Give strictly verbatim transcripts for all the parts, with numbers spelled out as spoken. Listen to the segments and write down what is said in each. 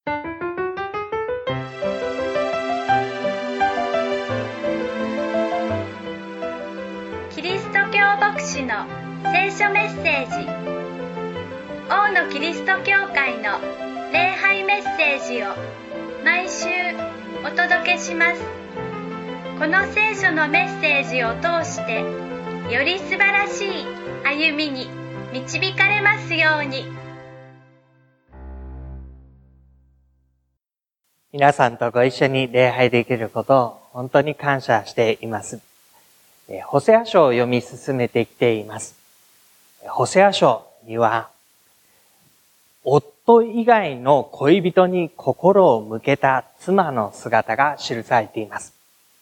キリスト教牧師の聖書メッセージ。王のキリスト教会の礼拝メッセージを毎週お届けします。この聖書のメッセージを通してより素晴らしい歩みに導かれますように。 皆さんとご一緒に礼拝できることを本当に感謝しています。ホセア書を読み進めてきています。ホセア書には、夫以外の恋人に心を向けた妻の姿が記されています。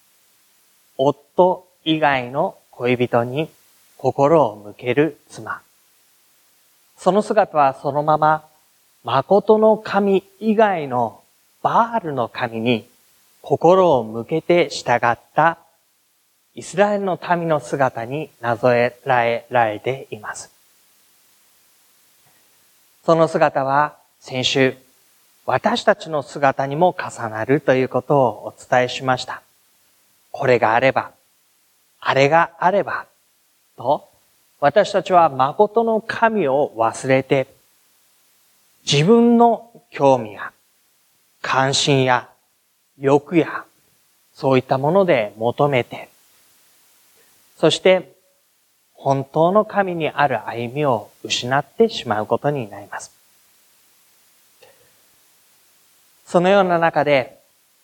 夫以外の恋人に心を向ける妻。その姿はそのまま、誠の神以外のバールの神に心を向けて従ったイスラエルの民の姿になぞらえられています。その姿は先週、私たちの姿にも重なるということをお伝えしました。これがあれば、あれがあれば、と、私たちは誠の神を忘れて、自分の興味や関心や欲や、そういったもので求めて、そして、本当の神にある歩みを失ってしまうことになります。そのような中で、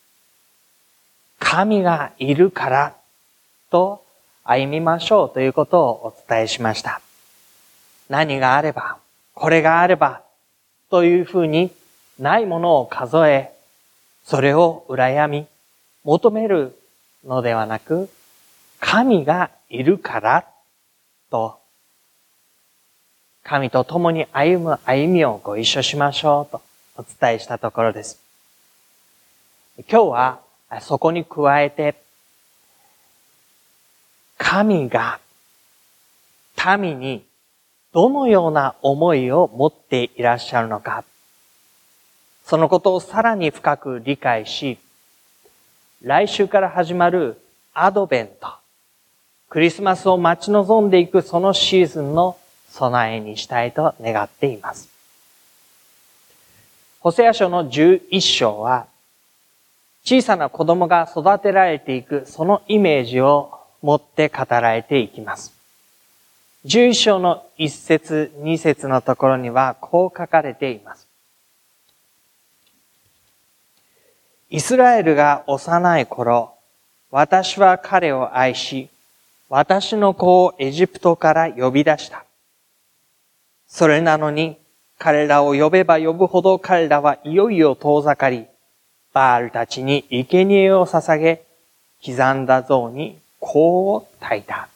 神がいるからと歩みましょうということをお伝えしました。何があれば、これがあればというふうにないものを数え、それを羨み、求めるのではなく、神がいるからと、神と共に歩む歩みをご一緒しましょうとお伝えしたところです。今日はそこに加えて、神が民にどのような思いを持っていらっしゃるのか、そのことをさらに深く理解し、来週から始まるアドベント、クリスマスを待ち望んでいくそのシーズンの備えにしたいと願っています。ホセア書のじゅういっ章は、小さな子供が育てられていくそのイメージを持って語られていきます。じゅういっ章のいっ節、に節のところにはこう書かれています。イスラエルが幼い頃、私は彼を愛し、私の子をエジプトから呼び出した。それなのに、彼らを呼べば呼ぶほど彼らはいよいよ遠ざかり、バールたちに生贄を捧げ、刻んだ像に香を焚いた。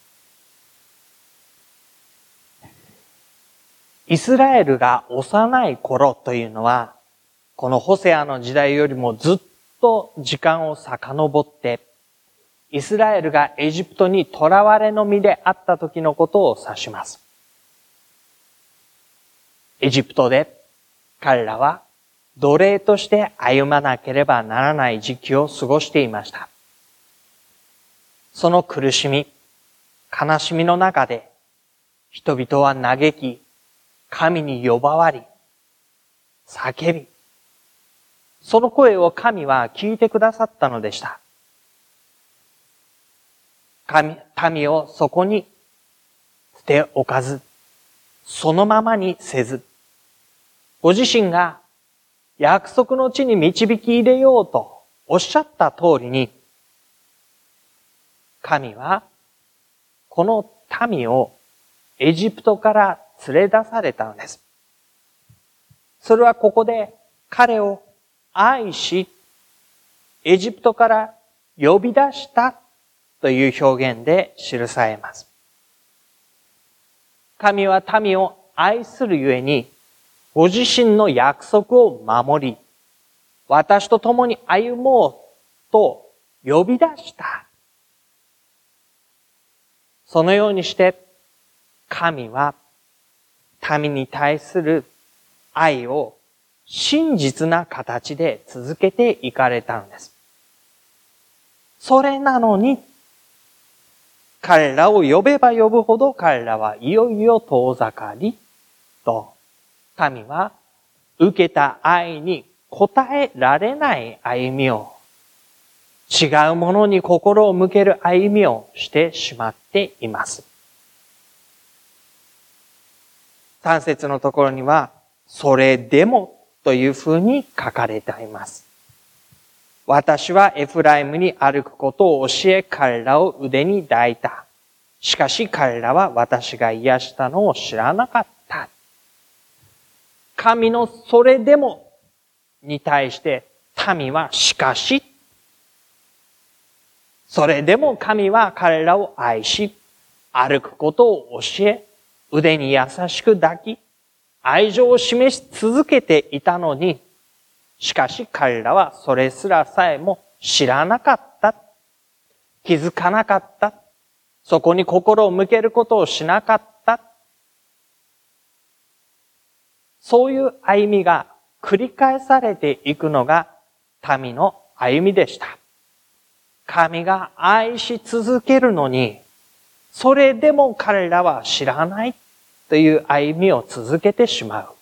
イスラエルが幼い頃というのは、このホセアの時代よりもずっと時間を遡って、イスラエルがエジプトに囚われの身であった時のことを指します。エジプトで彼らは奴隷として歩まなければならない時期を過ごしていました。その苦しみ、悲しみの中で人々は嘆き、神に呼ばわり、叫び、その声を神は聞いてくださったのでした。神、民をそこに捨ておかず、そのままにせず、ご自身が約束の地に導き入れようとおっしゃった通りに、神はこの民をエジプトから連れ出されたのです。それはここで彼を愛し、エジプトから呼び出したという表現で記されます。神は民を愛するゆえに、ご自身の約束を守り、私と共に歩もうと呼び出した。そのようにして、神は民に対する愛を真実な形で続けていかれたんです。それなのに、彼らを呼べば呼ぶほど彼らはいよいよ遠ざかり、と、神は受けた愛に応えられない歩みを、違うものに心を向ける歩みをしてしまっています。さん節のところには、それでもというふうに書かれています。私はエフライムに歩くことを教え、彼らを腕に抱いた。しかし彼らは私が癒したのを知らなかった。神のそれでもに対して民はしかし、それでも神は彼らを愛し、歩くことを教え、腕に優しく抱き、愛情を示し続けていたのに、しかし彼らはそれすらさえも知らなかった。気づかなかった。そこに心を向けることをしなかった。そういう歩みが繰り返されていくのが民の歩みでした。神が愛し続けるのに、それでも彼らは知らないという歩みを続けてしまう。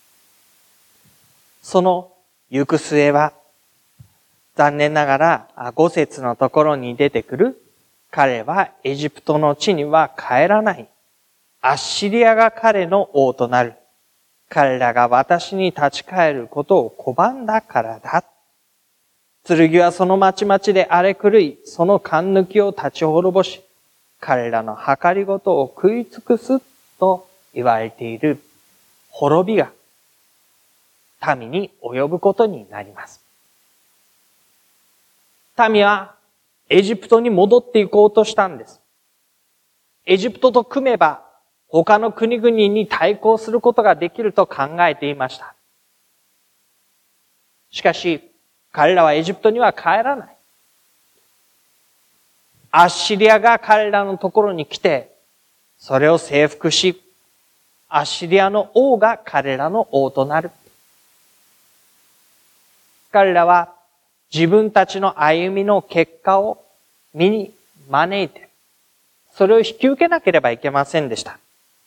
その行く末は、残念ながらご節のところに出てくる、彼はエジプトの地には帰らない。アッシリアが彼の王となる。彼らが私に立ち返ることを拒んだからだ。剣はその町々で荒れ狂い、その勘抜きを立ち滅ぼし、彼らの計りごとを食い尽くすと言われている滅びが民に及ぶことになります。民はエジプトに戻っていこうとしたんです。エジプトと組めば他の国々に対抗することができると考えていました。しかし彼らはエジプトには帰らない。アッシリアが彼らのところに来て、それを征服し、アッシリアの王が彼らの王となる。彼らは自分たちの歩みの結果を身に招いて、それを引き受けなければいけませんでした。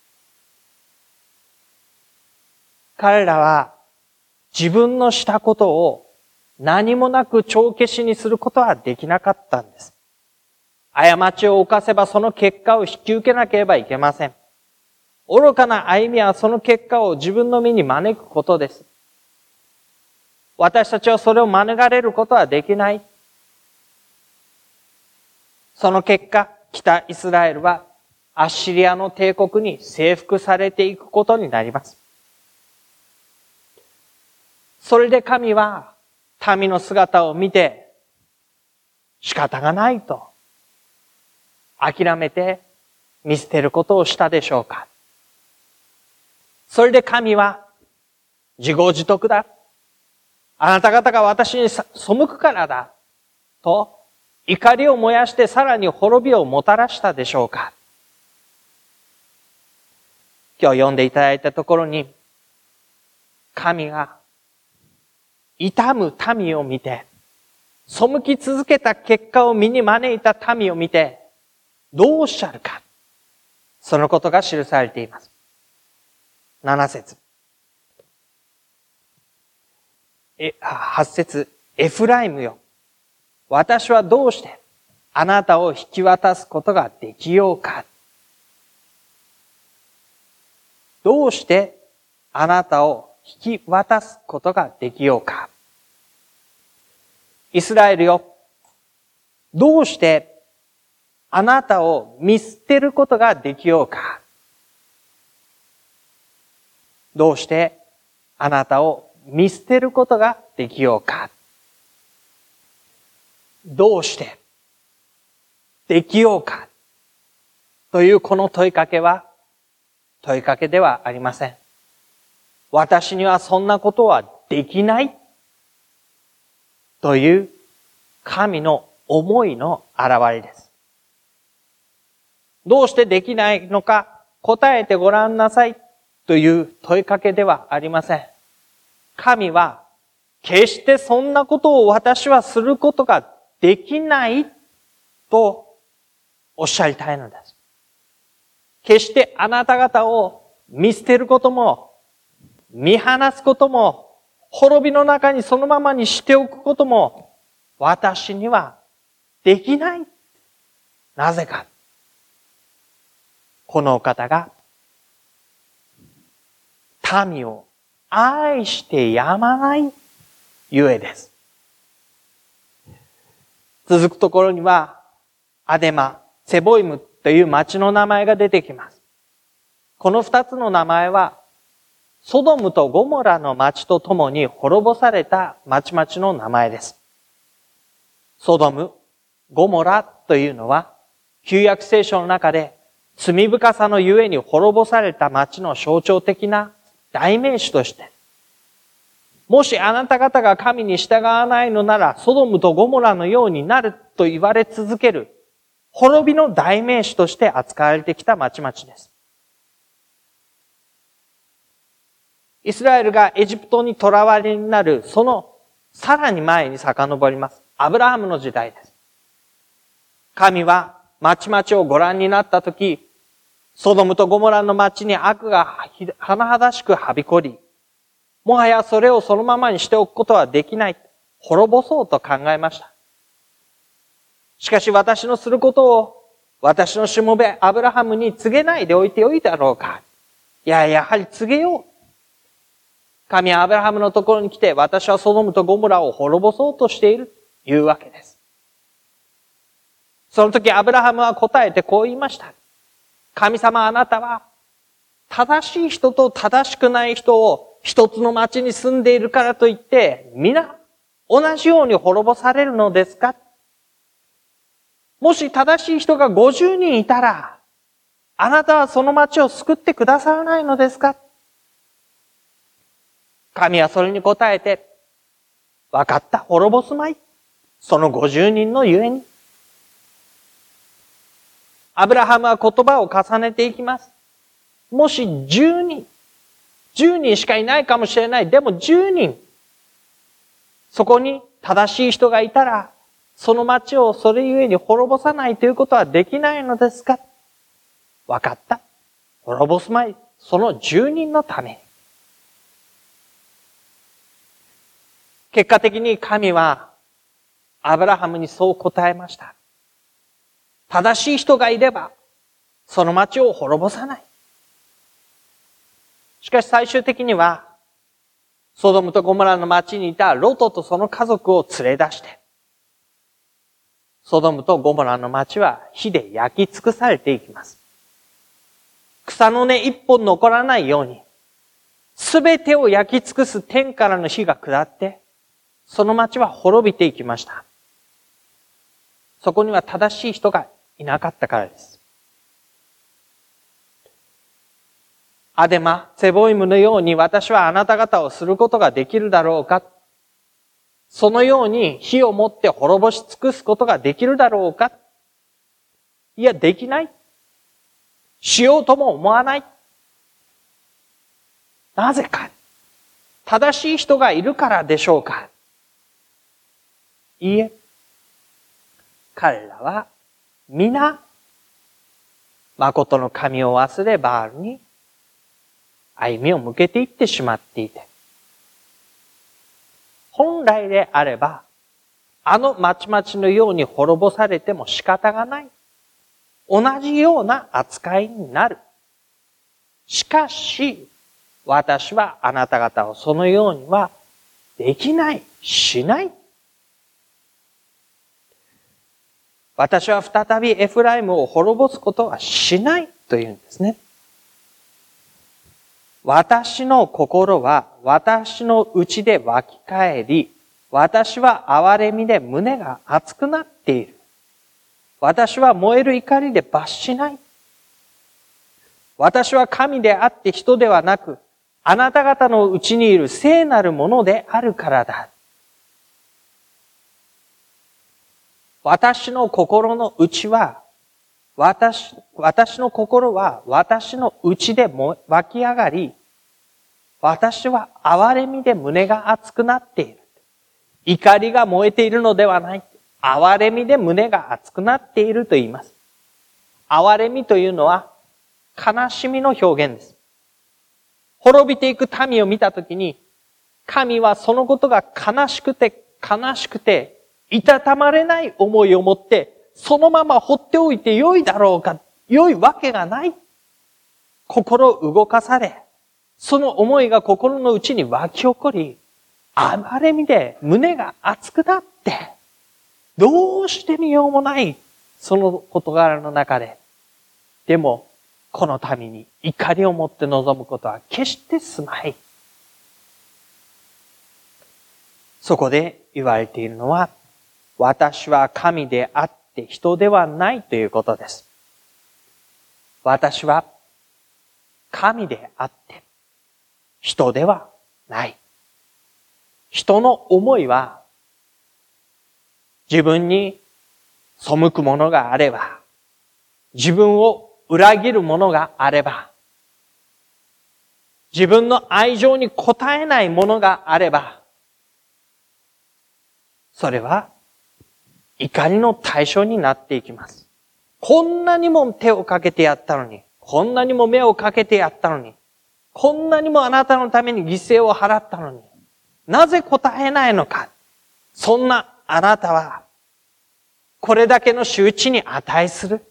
彼らは自分のしたことを何もなく帳消しにすることはできなかったんです。過ちを犯せばその結果を引き受けなければいけません。愚かな歩みはその結果を自分の身に招くことです。私たちはそれを免れることはできない。その結果、北イスラエルはアッシリアの帝国に征服されていくことになります。それで神は民の姿を見て仕方がないと諦めて見捨てることをしたでしょうか。それで神は自業自得だ。あなた方が私に背くからだ。と怒りを燃やしてさらに滅びをもたらしたでしょうか。今日読んでいただいたところに、神が痛む民を見て、背き続けた結果を身に招いた民を見て、どうおっしゃるか。そのことが記されています。なな節。え、はち節。エフライムよ。私はどうしてあなたを引き渡すことができようか。どうしてあなたを引き渡すことができようか。イスラエルよ。どうしてあなたを見捨てることができようか。どうしてあなたを見捨てることができようか。どうしてできようかというこの問いかけは問いかけではありません。私にはそんなことはできないという神の思いの表れです。どうしてできないのか答えてごらんなさいという問いかけではありません。 神は決してそんなことを私はすることができないとおっしゃりたいのです。決してあなた方を見捨てることも、見放すことも、滅びの中にそのままにしておくことも、私にはできない。なぜか。このお方が、民を愛してやまないゆえです。続くところには、アデマ、セボイムという町の名前が出てきます。この二つの名前は、ソドムとゴモラの町とともに滅ぼされた町々の名前です。ソドム、ゴモラというのは、旧約聖書の中で罪深さのゆえに滅ぼされた町の象徴的な代名詞として、もしあなた方が神に従わないのなら、ソドムとゴモラのようになると言われ続ける、滅びの代名詞として扱われてきた町々です。イスラエルがエジプトに囚われになる、そのさらに前に遡ります。アブラハムの時代です。神は町々をご覧になったとき、ソドムとゴモラの町に悪が甚だしくはびこり、もはやそれをそのままにしておくことはできない。滅ぼそうと考えました。しかし私のすることを私のしもべアブラハムに告げないでおいてよいだろうか。いや、やはり告げよう。神はアブラハムのところに来て、私はソドムとゴモラを滅ぼそうとしているというわけです。その時アブラハムは答えてこう言いました。神様、あなたは正しい人と正しくない人を一つの町に住んでいるからといって、皆同じように滅ぼされるのですか？もし正しい人がごじゅうにんいたら、あなたはその町を救ってくださらないのですか？神はそれに答えて、わかった、滅ぼすまい。そのごじゅうにんのゆえに。アブラハムは言葉を重ねていきます。もしじゅうにん、じゅうにんしかいないかもしれない。でもじゅうにん。そこに正しい人がいたら、その町をそれゆえに滅ぼさないということはできないのですか？わかった。滅ぼすまい。そのじゅうにんのために。結果的に神はアブラハムにそう答えました。正しい人がいれば、その町を滅ぼさない。しかし最終的には、ソドムとゴモラの町にいたロトとその家族を連れ出して、ソドムとゴモラの町は火で焼き尽くされていきます。草の根一本残らないように、すべてを焼き尽くす天からの火が下って、その町は滅びていきました。そこには正しい人がいなかったからです。アデマ、セボイムのように私はあなた方をすることができるだろうか？そのように火をもって滅ぼし尽くすことができるだろうか？いや、できない。しようとも思わない。なぜか？正しい人がいるからでしょうか？いいえ。彼らは皆、誠の神を忘れバールに歩みを向けていってしまっていて、本来であれば、あの町々のように滅ぼされても仕方がない。同じような扱いになる。しかし、私はあなた方をそのようにはできない、しない。私は再びエフライムを滅ぼすことはしないというんですね。私の心は私の内で湧き返り、私は憐れみで胸が熱くなっている。私は燃える怒りで罰しない。私は神であって人ではなく、あなた方のうちにいる聖なるものであるからだ。私の心の内は、私、私の心は私の内でも湧き上がり、 私は憐れみで胸が熱くなっている。怒りが燃えているのではない。憐れみで胸が熱くなっていると言います。憐れみというのは悲しみの表現です。滅びていく民を見たときに、神はそのことが悲しくて悲しくて、いたたまれない思いを持って、そのまま放っておいて良いだろうか、良いわけがない。心動かされ、その思いが心の内に湧き起こり、憐れみで胸が熱くなって、どうしてみようもない、その事柄の中で。でも、この民に怒りを持って臨むことは決してすまい。そこで言われているのは、私は神であって人ではないということです。私は神であって人ではない。人の思いは自分に背くものがあれば、自分を裏切るものがあれば、自分の愛情に応えないものがあれば、それは怒りの対象になっていきます。こんなにも手をかけてやったのに、こんなにも目をかけてやったのに、こんなにもあなたのために犠牲を払ったのに、なぜ答えないのか。そんなあなたは、これだけの仕打ちに値する。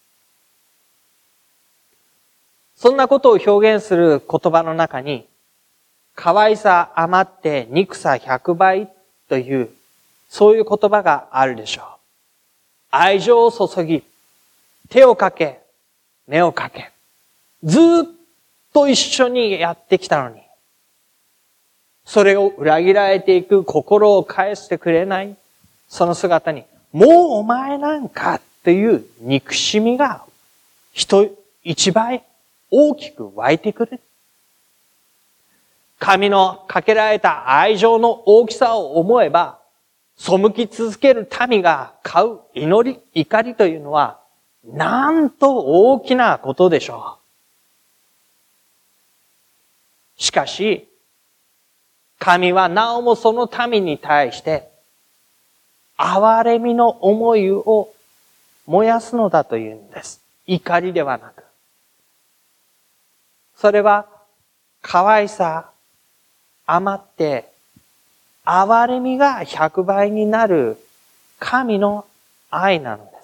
そんなことを表現する言葉の中に、可愛さ余って憎さ百倍という、そういう言葉があるでしょう。愛情を注ぎ、手をかけ、目をかけ、ずっと一緒にやってきたのに、それを裏切られていく心を返してくれない、その姿に、もうお前なんかという憎しみが人一倍大きく湧いてくる。神のかけられた愛情の大きさを思えば、背き続ける民が買う祈り、怒りというのは、なんと大きなことでしょう。しかし、神はなおもその民に対して、憐れみの思いを燃やすのだというんです。怒りではなく。それは、可愛さ、余って、憐れみが百倍になる神の愛なのです。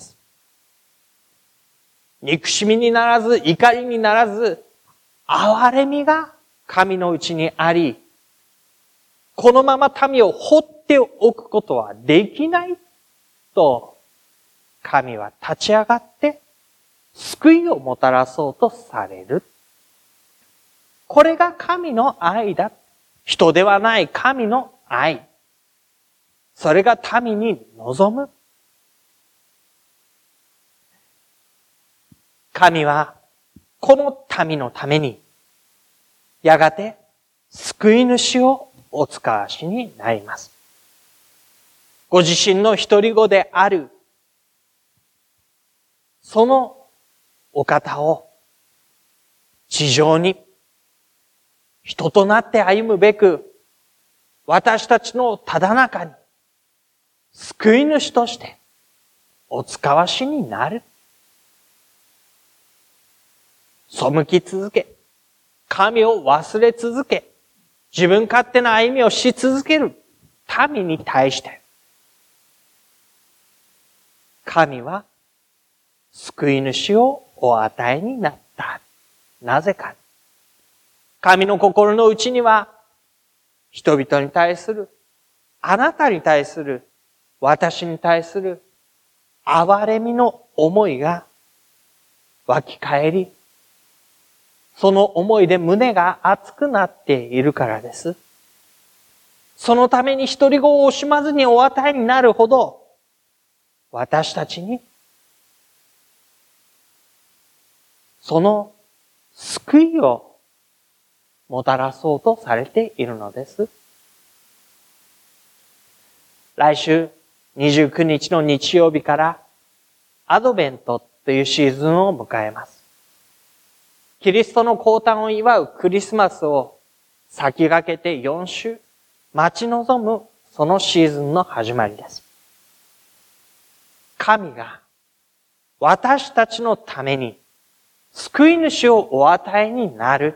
憎しみにならず、怒りにならず、憐れみが神のうちにあり、このまま民を放っておくことはできないと、神は立ち上がって救いをもたらそうとされる。これが神の愛だ。人ではない神の愛。それが民に望む。神はこの民のためにやがて救い主をお使わしになります。ご自身の一人子であるそのお方を地上に人となって歩むべく私たちのただ中に救い主としてお使わしになる。背き続け、神を忘れ続け、自分勝手な歩みをし続ける民に対して、神は救い主をお与えになった。なぜか。神の心の内には、人々に対する、あなたに対する、私に対する、憐れみの思いが湧き返り、その思いで胸が熱くなっているからです。そのために一人子を惜しまずにお与えになるほど、私たちに、その救いをもたらそうとされているのです。来週にじゅうくにちの日曜日からアドベントというシーズンを迎えます。キリストの降誕を祝うクリスマスを先駆けてよん週、待ち望むそのシーズンの始まりです。神が私たちのために救い主をお与えになる。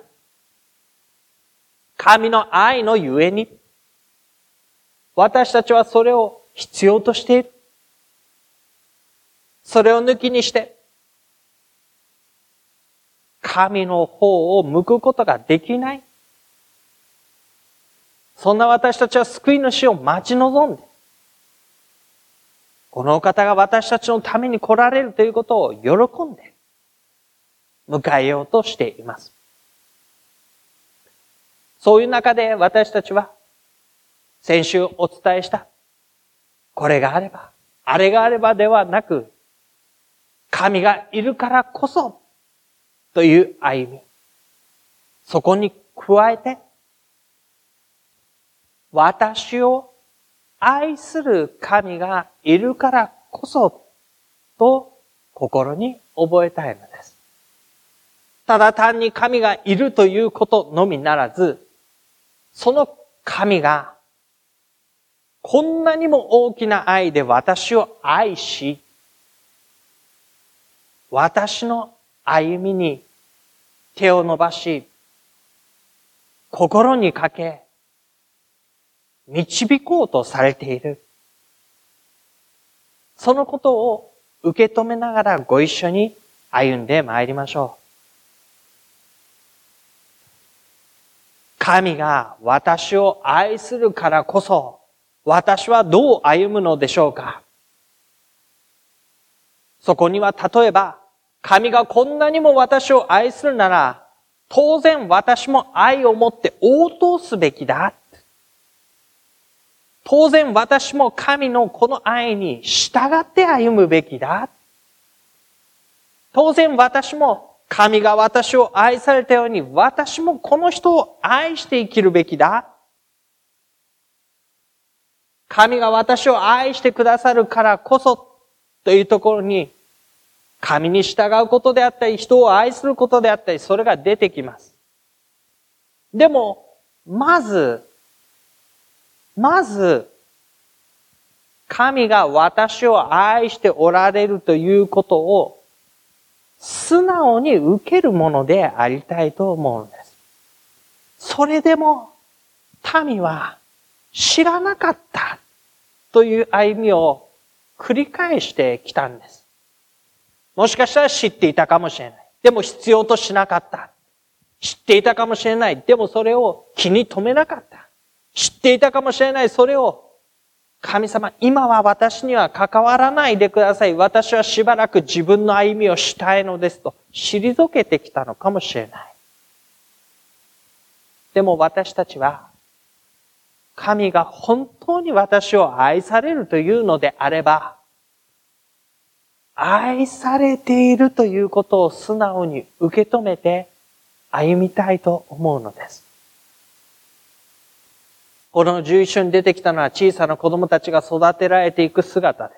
神の愛のゆえに、私たちはそれを必要としている。それを抜きにして、神の方を向くことができない。そんな私たちは救い主を待ち望んで、このお方が私たちのために来られるということを喜んで、迎えようとしています。そういう中で私たちは、先週お伝えした、これがあれば、あれがあればではなく、神がいるからこそ、という歩み。そこに加えて、私を愛する神がいるからこそ、と心に覚えたいのです。ただ単に神がいるということのみならず、その神が、こんなにも大きな愛で私を愛し、私の歩みに手を伸ばし、心にかけ、導こうとされている。そのことを受け止めながらご一緒に歩んで参りましょう。神が私を愛するからこそ、私はどう歩むのでしょうか。そこには例えば、神がこんなにも私を愛するなら、当然私も愛を持って応答すべきだ。当然私も神のこの愛に従って歩むべきだ。当然私も神が私を愛されたように、私もこの人を愛して生きるべきだ。神が私を愛してくださるからこそというところに、神に従うことであったり、人を愛することであったり、それが出てきます。でも、まず、まず、神が私を愛しておられるということを、素直に受けるものでありたいと思うのです。それでも、民は知らなかったという歩みを繰り返してきたんです。もしかしたら知っていたかもしれない。でも必要としなかった。知っていたかもしれない。でもそれを気に留めなかった。知っていたかもしれない。それを、神様、今は私には関わらないでください。私はしばらく自分の歩みをしたいのですと、退けてきたのかもしれない。でも私たちは、神が本当に私を愛されるというのであれば、愛されているということを素直に受け止めて歩みたいと思うのです。この十一章に出てきたのは小さな子供たちが育てられていく姿です。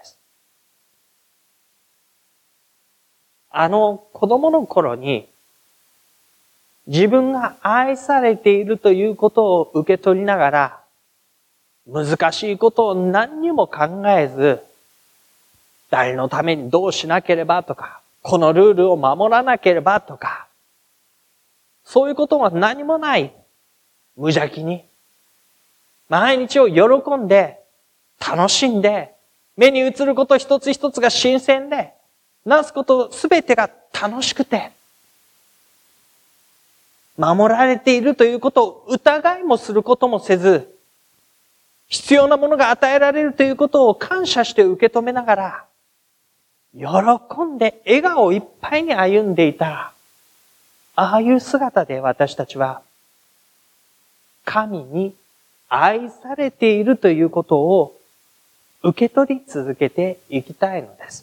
あの子供の頃に自分が愛されているということを受け取りながら難しいことを何にも考えず誰のためにどうしなければとかこのルールを守らなければとかそういうことは何もない無邪気に毎日を喜んで、楽しんで、目に映ること一つ一つが新鮮で、なすことすべてが楽しくて、守られているということを疑いもすることもせず、必要なものが与えられるということを感謝して受け止めながら、喜んで笑顔いっぱいに歩んでいた、ああいう姿で私たちは、神に愛されているということを受け取り続けていきたいのです。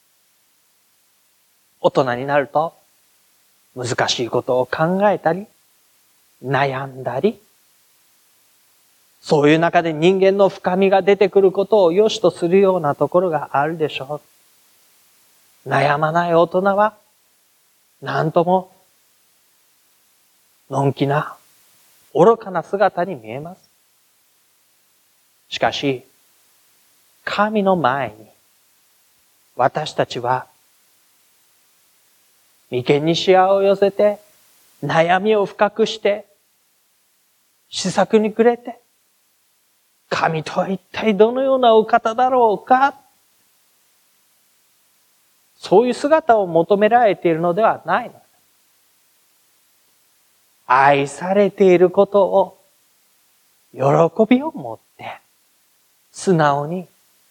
大人になると難しいことを考えたり、悩んだり、そういう中で人間の深みが出てくることを良しとするようなところがあるでしょう。悩まない大人は、なんとも、のんきな愚かな姿に見えます。しかし、神の前に、私たちは、眉間にしわを寄せて、悩みを深くして、思索に暮れて、神とは一体どのようなお方だろうか、そういう姿を求められているのではないのです。愛されていることを、喜びを持って、素直に、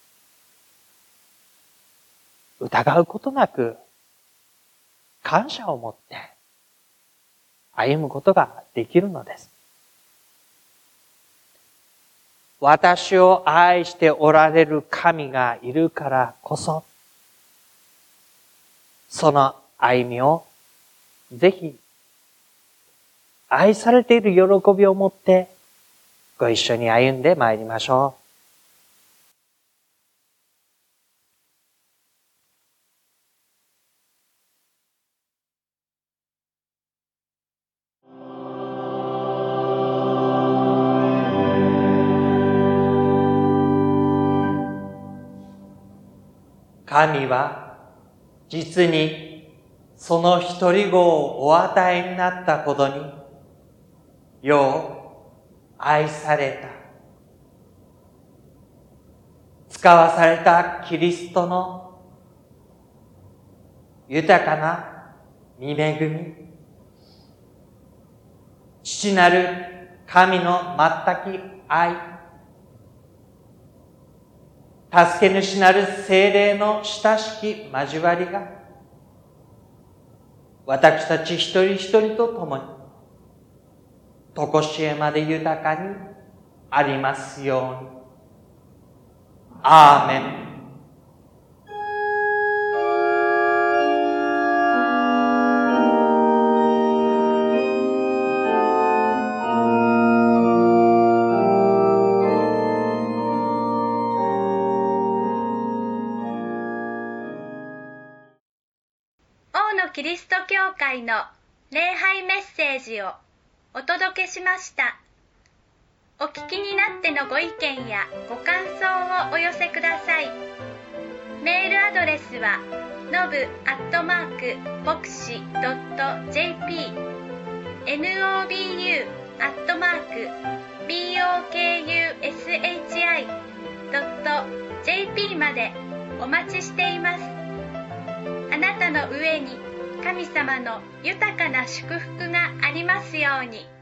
疑うことなく、感謝を持って、歩むことができるのです。私を愛しておられる神がいるからこそ、その歩みをぜひ愛されている喜びを持ってご一緒に歩んでまいりましょう。神は実にその一人子をお与えになったことに世を愛された。使わされたキリストの豊かな御恵み、父なる神の全く愛、助け主なる聖霊の親しき交わりが、私たち一人一人と共に、とこしえまで豊かにありますように。アーメン。 王のキリスト教会の礼拝メッセージをお届けしました。お聞きになってのご意見やご感想をお寄せください。メールアドレスはノブアットマーク牧師ドット ジェーピー ノブ アットマーク ボクシ ドット ジェーピー までお待ちしています。あなたの上に神様の豊かな祝福がありますように。